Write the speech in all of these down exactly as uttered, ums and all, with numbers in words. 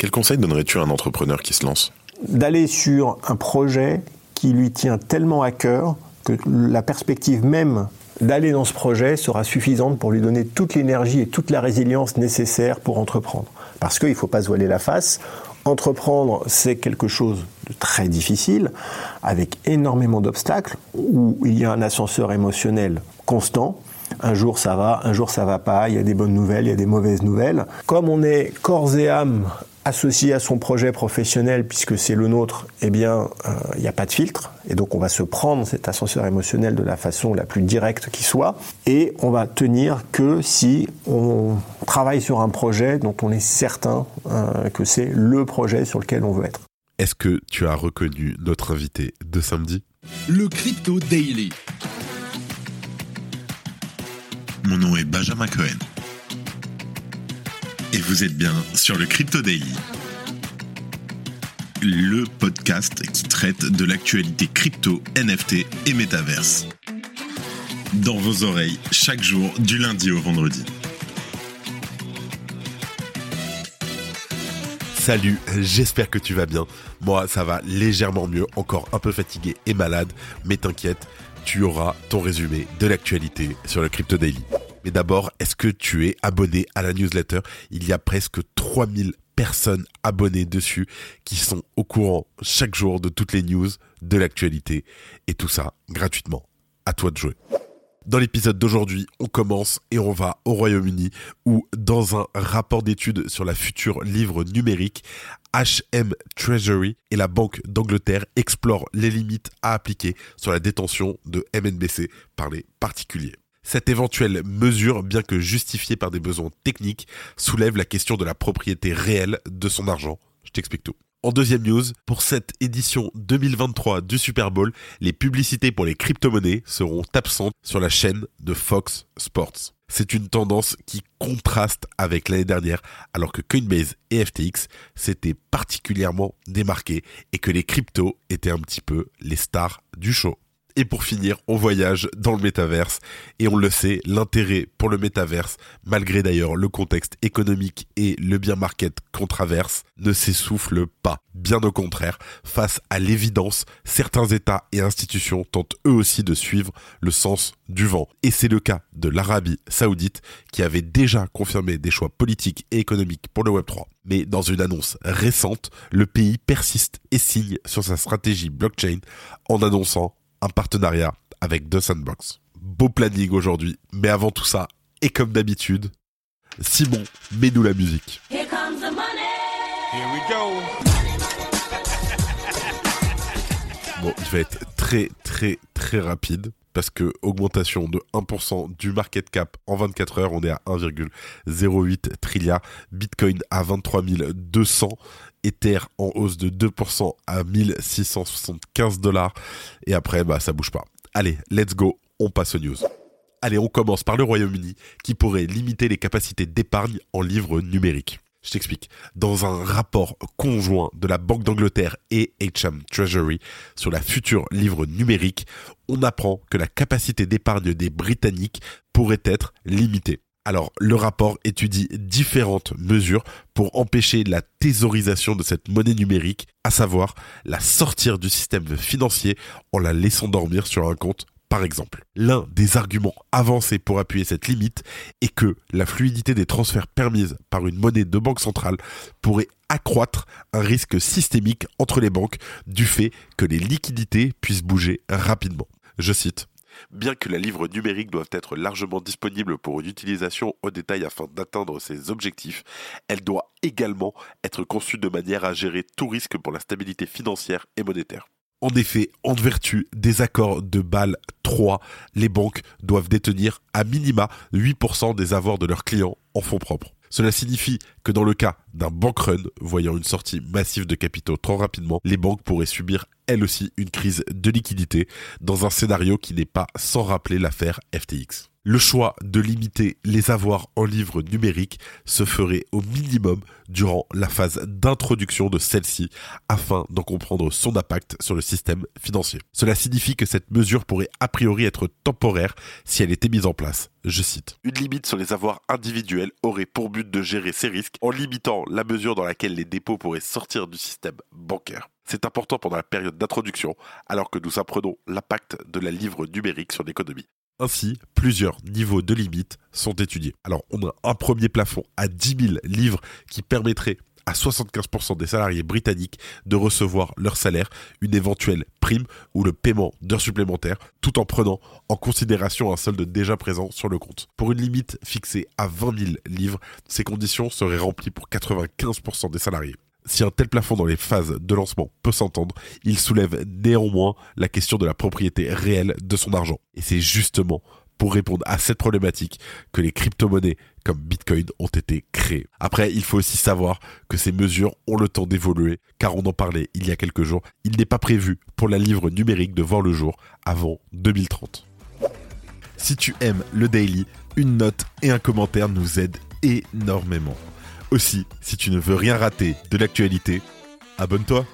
Quel conseil donnerais-tu à un entrepreneur qui se lance ? D'aller sur un projet qui lui tient tellement à cœur que la perspective même d'aller dans ce projet sera suffisante pour lui donner toute l'énergie et toute la résilience nécessaires pour entreprendre. Parce qu'il ne faut pas se voiler la face. Entreprendre, c'est quelque chose de très difficile, avec énormément d'obstacles, où il y a un ascenseur émotionnel constant. Un jour ça va, un jour ça va pas, il y a des bonnes nouvelles, il y a des mauvaises nouvelles. Comme on est corps et âme associé à son projet professionnel, puisque c'est le nôtre, eh bien, euh, il n'y a pas de filtre. Et donc, on va se prendre cet ascenseur émotionnel de la façon la plus directe qui soit. Et on va tenir que si on travaille sur un projet dont on est certain euh, que c'est le projet sur lequel on veut être. Est-ce que tu as reconnu notre invité de samedi ? Le Crypto Daily. Mon nom est Benjamin Cohen. Et vous êtes bien sur le Crypto Daily, le podcast qui traite de l'actualité crypto, N F T et métaverse. Dans vos oreilles, chaque jour, du lundi au vendredi. Salut, j'espère que tu vas bien. Moi, ça va légèrement mieux, encore un peu fatigué et malade, mais t'inquiète, tu auras ton résumé de l'actualité sur le Crypto Daily. Mais d'abord, est-ce que tu es abonné à la newsletter ? Il y a presque trois mille personnes abonnées dessus qui sont au courant chaque jour de toutes les news, de l'actualité et tout ça gratuitement. À toi de jouer. Dans l'épisode d'aujourd'hui, on commence et on va au Royaume-Uni où, dans un rapport d'études sur la future livre numérique, H M Treasury et la Banque d'Angleterre explorent les limites à appliquer sur la détention de M N B C par les particuliers. Cette éventuelle mesure, bien que justifiée par des besoins techniques, soulève la question de la propriété réelle de son argent. Je t'explique tout. En deuxième news, pour cette édition deux mille vingt-trois du Super Bowl, les publicités pour les crypto-monnaies seront absentes sur la chaîne de Fox Sports. C'est une tendance qui contraste avec l'année dernière, alors que Coinbase et F T X s'étaient particulièrement démarqués et que les cryptos étaient un petit peu les stars du show. Et pour finir, on voyage dans le métaverse et on le sait, l'intérêt pour le métaverse, malgré d'ailleurs le contexte économique et le bear market qu'on traverse, ne s'essouffle pas. Bien au contraire, face à l'évidence, certains États et institutions tentent eux aussi de suivre le sens du vent. Et c'est le cas de l'Arabie Saoudite qui avait déjà confirmé des choix politiques et économiques pour le web trois. Mais dans une annonce récente, le pays persiste et signe sur sa stratégie blockchain en annonçant un partenariat avec The Sandbox. Beau planning aujourd'hui, mais avant tout ça, et comme d'habitude, Simon, mets-nous la musique. Here comes the money. Here we go. Bon, il va être très très très rapide, parce que augmentation de un pour cent du market cap en vingt-quatre heures, on est à un virgule zéro huit trilliard, Bitcoin à vingt-trois mille deux cents, Ether en hausse de deux pour cent à mille six cent soixante-quinze dollars, et après, bah ça bouge pas. Allez, let's go, on passe aux news. Allez, on commence par le Royaume-Uni, qui pourrait limiter les capacités d'épargne en livres numériques. Je t'explique. Dans un rapport conjoint de la Banque d'Angleterre et H M Treasury sur la future livre numérique, on apprend que la capacité d'épargne des Britanniques pourrait être limitée. Alors, le rapport étudie différentes mesures pour empêcher la thésaurisation de cette monnaie numérique, à savoir la sortir du système financier en la laissant dormir sur un compte, par exemple. L'un des arguments avancés pour appuyer cette limite est que la fluidité des transferts permise par une monnaie de banque centrale pourrait accroître un risque systémique entre les banques du fait que les liquidités puissent bouger rapidement. Je cite. Bien que la livre numérique doive être largement disponible pour une utilisation au détail afin d'atteindre ses objectifs, elle doit également être conçue de manière à gérer tout risque pour la stabilité financière et monétaire. En effet, en vertu des accords de Bâle trois, les banques doivent détenir à minima huit pour cent des avoirs de leurs clients en fonds propres. Cela signifie que dans le cas d'un bank run, voyant une sortie massive de capitaux trop rapidement, les banques pourraient subir elles aussi une crise de liquidité dans un scénario qui n'est pas sans rappeler l'affaire F T X. Le choix de limiter les avoirs en livres numériques se ferait au minimum durant la phase d'introduction de celle-ci afin d'en comprendre son impact sur le système financier. Cela signifie que cette mesure pourrait a priori être temporaire si elle était mise en place. Je cite. Une limite sur les avoirs individuels aurait pour but de gérer ces risques en limitant la mesure dans laquelle les dépôts pourraient sortir du système bancaire. C'est important pendant la période d'introduction alors que nous apprenons l'impact de la livre numérique sur l'économie. Ainsi, plusieurs niveaux de limites sont étudiés. Alors, on a un premier plafond à dix mille livres qui permettrait à soixante-quinze pour cent des salariés britanniques de recevoir leur salaire, une éventuelle prime ou le paiement d'heures supplémentaires, tout en prenant en considération un solde déjà présent sur le compte. Pour une limite fixée à vingt mille livres, ces conditions seraient remplies pour quatre-vingt-quinze pour cent des salariés. Si un tel plafond dans les phases de lancement peut s'entendre, il soulève néanmoins la question de la propriété réelle de son argent. Et c'est justement pour répondre à cette problématique que les crypto-monnaies comme Bitcoin ont été créées. Après, il faut aussi savoir que ces mesures ont le temps d'évoluer, car on en parlait il y a quelques jours. Il n'est pas prévu pour la livre numérique de voir le jour avant deux mille trente. Si tu aimes le Daily, une note et un commentaire nous aident énormément. Aussi, si tu ne veux rien rater de l'actualité, abonne-toi.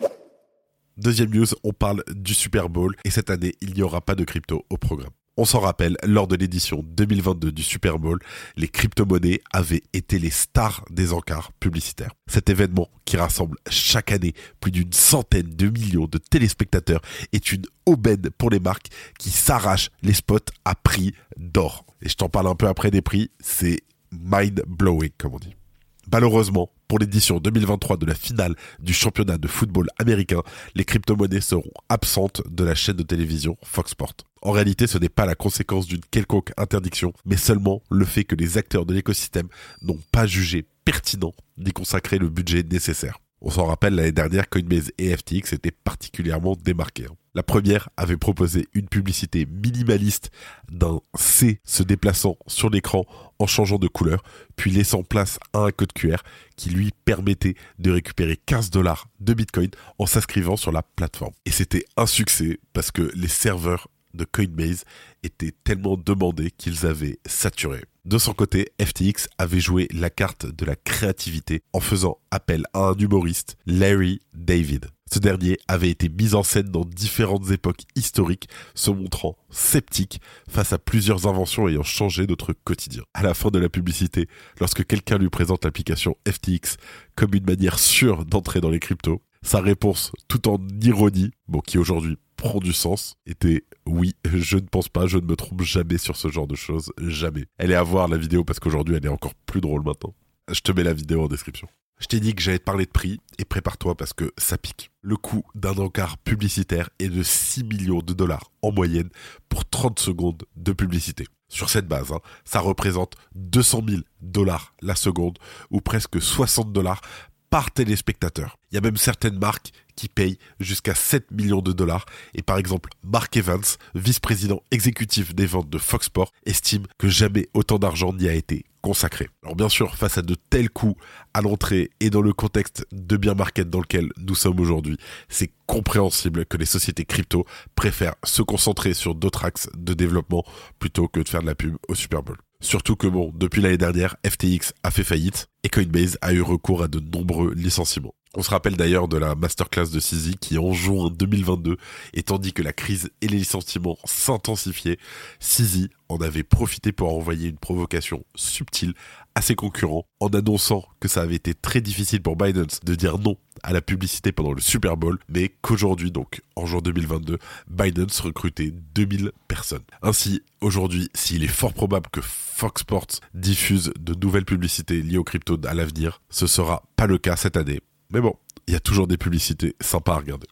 Deuxième news, on parle du Super Bowl et cette année, il n'y aura pas de crypto au programme. On s'en rappelle, lors de l'édition deux mille vingt-deux du Super Bowl, les crypto-monnaies avaient été les stars des encarts publicitaires. Cet événement, qui rassemble chaque année plus d'une centaine de millions de téléspectateurs, est une aubaine pour les marques qui s'arrachent les spots à prix d'or. Et je t'en parle un peu après des prix, c'est mind-blowing comme on dit. Malheureusement, pour l'édition deux mille vingt-trois de la finale du championnat de football américain, les crypto-monnaies seront absentes de la chaîne de télévision Fox Sports. En réalité, ce n'est pas la conséquence d'une quelconque interdiction, mais seulement le fait que les acteurs de l'écosystème n'ont pas jugé pertinent d'y consacrer le budget nécessaire. On s'en rappelle, l'année dernière, Coinbase et F T X étaient particulièrement démarqués. La première avait proposé une publicité minimaliste d'un C se déplaçant sur l'écran en changeant de couleur, puis laissant place à un code Q R qui lui permettait de récupérer quinze dollars de Bitcoin en s'inscrivant sur la plateforme. Et c'était un succès parce que les serveurs de Coinbase étaient tellement demandés qu'ils avaient saturé. De son côté, F T X avait joué la carte de la créativité en faisant appel à un humoriste, Larry David. Ce dernier avait été mis en scène dans différentes époques historiques, se montrant sceptique face à plusieurs inventions ayant changé notre quotidien. À la fin de la publicité, lorsque quelqu'un lui présente l'application F T X comme une manière sûre d'entrer dans les cryptos, sa réponse, tout en ironie, bon, qui aujourd'hui prend du sens, était « Oui, je ne pense pas, je ne me trompe jamais sur ce genre de choses, jamais. » Elle est à voir la vidéo parce qu'aujourd'hui elle est encore plus drôle maintenant. Je te mets la vidéo en description. Je t'ai dit que j'allais te parler de prix et prépare-toi parce que ça pique. Le coût d'un encart publicitaire est de six millions de dollars en moyenne pour trente secondes de publicité. Sur cette base, hein, ça représente deux cent mille dollars la seconde ou presque soixante dollars par téléspectateur. Il y a même certaines marques qui payent jusqu'à sept millions de dollars. Et par exemple, Mark Evans, vice-président exécutif des ventes de Fox Sports, estime que jamais autant d'argent n'y a été consacré. Alors bien sûr, face à de tels coûts à l'entrée et dans le contexte de bear market dans lequel nous sommes aujourd'hui, c'est compréhensible que les sociétés crypto préfèrent se concentrer sur d'autres axes de développement plutôt que de faire de la pub au Super Bowl. Surtout que bon, depuis l'année dernière, F T X a fait faillite et Coinbase a eu recours à de nombreux licenciements. On se rappelle d'ailleurs de la masterclass de C Z qui en juin deux mille vingt-deux, et tandis que la crise et les licenciements s'intensifiaient, C Z en avait profité pour envoyer une provocation subtile à ses concurrents en annonçant que ça avait été très difficile pour Binance de dire non à la publicité pendant le Super Bowl, mais qu'aujourd'hui, donc en juin deux mille vingt-deux, Binance recrutait deux mille personnes. Ainsi, aujourd'hui, s'il est fort probable que Fox Sports diffuse de nouvelles publicités liées aux cryptos à l'avenir, ce sera pas le cas cette année. Mais bon, il y a toujours des publicités sympas à regarder.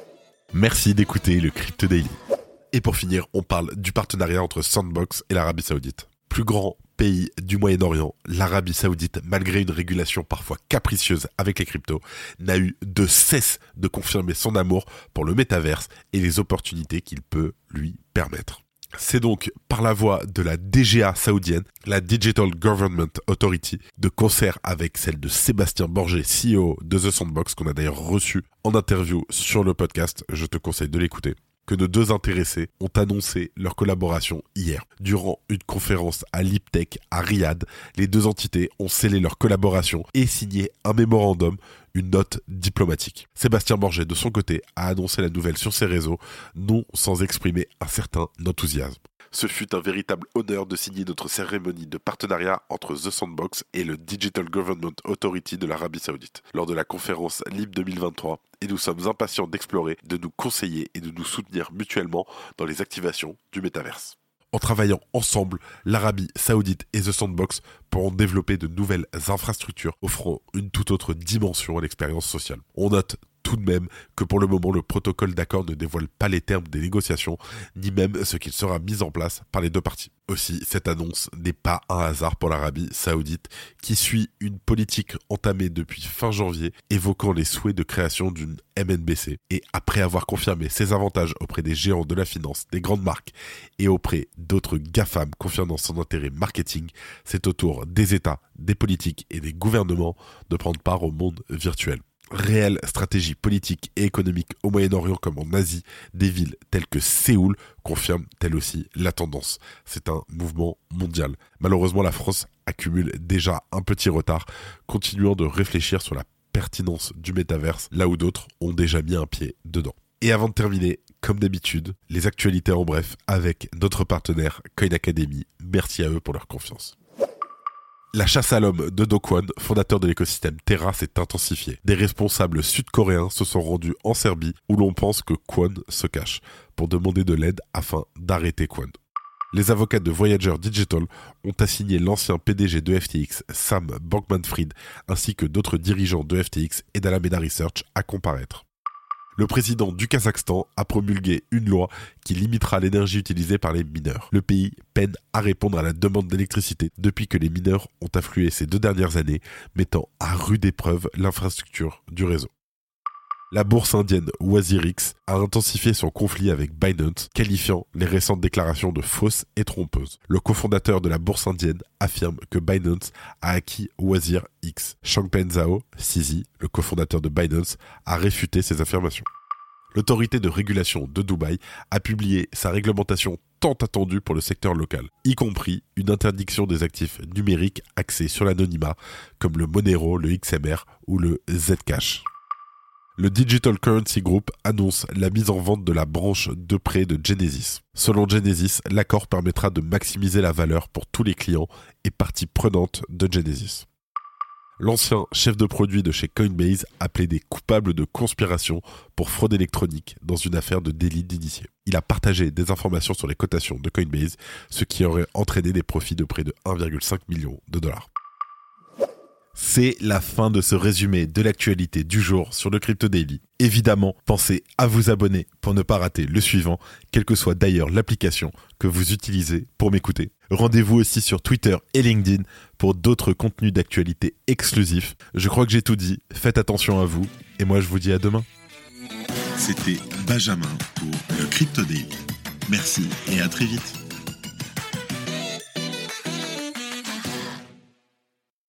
Merci d'écouter le Crypto Daily. Et pour finir, on parle du partenariat entre Sandbox et l'Arabie Saoudite. Plus grand pays du Moyen-Orient, l'Arabie Saoudite, malgré une régulation parfois capricieuse avec les cryptos, n'a eu de cesse de confirmer son amour pour le métaverse et les opportunités qu'il peut lui permettre. C'est donc par la voix de la D G A saoudienne, la Digital Government Authority, de concert avec celle de Sébastien Borgé, C E O de The Sandbox, qu'on a d'ailleurs reçu en interview sur le podcast, je te conseille de l'écouter, que nos deux intéressés ont annoncé leur collaboration hier. Durant une conférence à l'IPTEC à Riyad, les deux entités ont scellé leur collaboration et signé un mémorandum, une note diplomatique. Sébastien Borget, de son côté, a annoncé la nouvelle sur ses réseaux, non sans exprimer un certain enthousiasme. Ce fut un véritable honneur de signer notre cérémonie de partenariat entre The Sandbox et le Digital Government Authority de l'Arabie Saoudite lors de la conférence L I B deux mille vingt-trois et nous sommes impatients d'explorer, de nous conseiller et de nous soutenir mutuellement dans les activations du métaverse. En travaillant ensemble, l'Arabie Saoudite et The Sandbox pourront développer de nouvelles infrastructures offrant une toute autre dimension à l'expérience sociale. On note tout de même que pour le moment le protocole d'accord ne dévoile pas les termes des négociations, ni même ce qu'il sera mis en place par les deux parties. Aussi, cette annonce n'est pas un hasard pour l'Arabie Saoudite, qui suit une politique entamée depuis fin janvier, évoquant les souhaits de création d'une M N B C. Et après avoir confirmé ses avantages auprès des géants de la finance, des grandes marques, et auprès d'autres GAFAM confirmant son intérêt marketing, c'est au tour des États, des politiques et des gouvernements de prendre part au monde virtuel. Réelle stratégie politique et économique au Moyen-Orient comme en Asie, des villes telles que Séoul confirment elle aussi la tendance. C'est un mouvement mondial. Malheureusement, la France accumule déjà un petit retard, continuant de réfléchir sur la pertinence du métaverse, là où d'autres ont déjà mis un pied dedans. Et avant de terminer, comme d'habitude, les actualités en bref avec notre partenaire Coin Academy. Merci à eux pour leur confiance. La chasse à l'homme de Do Kwon, fondateur de l'écosystème Terra, s'est intensifiée. Des responsables sud-coréens se sont rendus en Serbie où l'on pense que Kwon se cache pour demander de l'aide afin d'arrêter Kwon. Les avocats de Voyager Digital ont assigné l'ancien P D G de F T X, Sam Bankman-Fried, ainsi que d'autres dirigeants de F T X et d'Alameda Research à comparaître. Le président du Kazakhstan a promulgué une loi qui limitera l'énergie utilisée par les mineurs. Le pays peine à répondre à la demande d'électricité depuis que les mineurs ont afflué ces deux dernières années, mettant à rude épreuve l'infrastructure du réseau. La bourse indienne WazirX a intensifié son conflit avec Binance, qualifiant les récentes déclarations de fausses et trompeuses. Le cofondateur de la bourse indienne affirme que Binance a acquis WazirX. Changpeng Zhao, C Z, le cofondateur de Binance, a réfuté ces affirmations. L'autorité de régulation de Dubaï a publié sa réglementation tant attendue pour le secteur local, y compris une interdiction des actifs numériques axés sur l'anonymat, comme le Monero, le X M R ou le Zcash. Le Digital Currency Group annonce la mise en vente de la branche de prêt de Genesis. Selon Genesis, l'accord permettra de maximiser la valeur pour tous les clients et parties prenantes de Genesis. L'ancien chef de produit de chez Coinbase a plaidé coupable de conspiration pour fraude électronique dans une affaire de délit d'initié. Il a partagé des informations sur les cotations de Coinbase, ce qui aurait entraîné des profits de près de un virgule cinq million de dollars. C'est la fin de ce résumé de l'actualité du jour sur le Crypto Daily. Évidemment, pensez à vous abonner pour ne pas rater le suivant, quelle que soit d'ailleurs l'application que vous utilisez pour m'écouter. Rendez-vous aussi sur Twitter et LinkedIn pour d'autres contenus d'actualité exclusifs. Je crois que j'ai tout dit, faites attention à vous, et moi je vous dis à demain. C'était Benjamin pour le Crypto Daily. Merci et à très vite.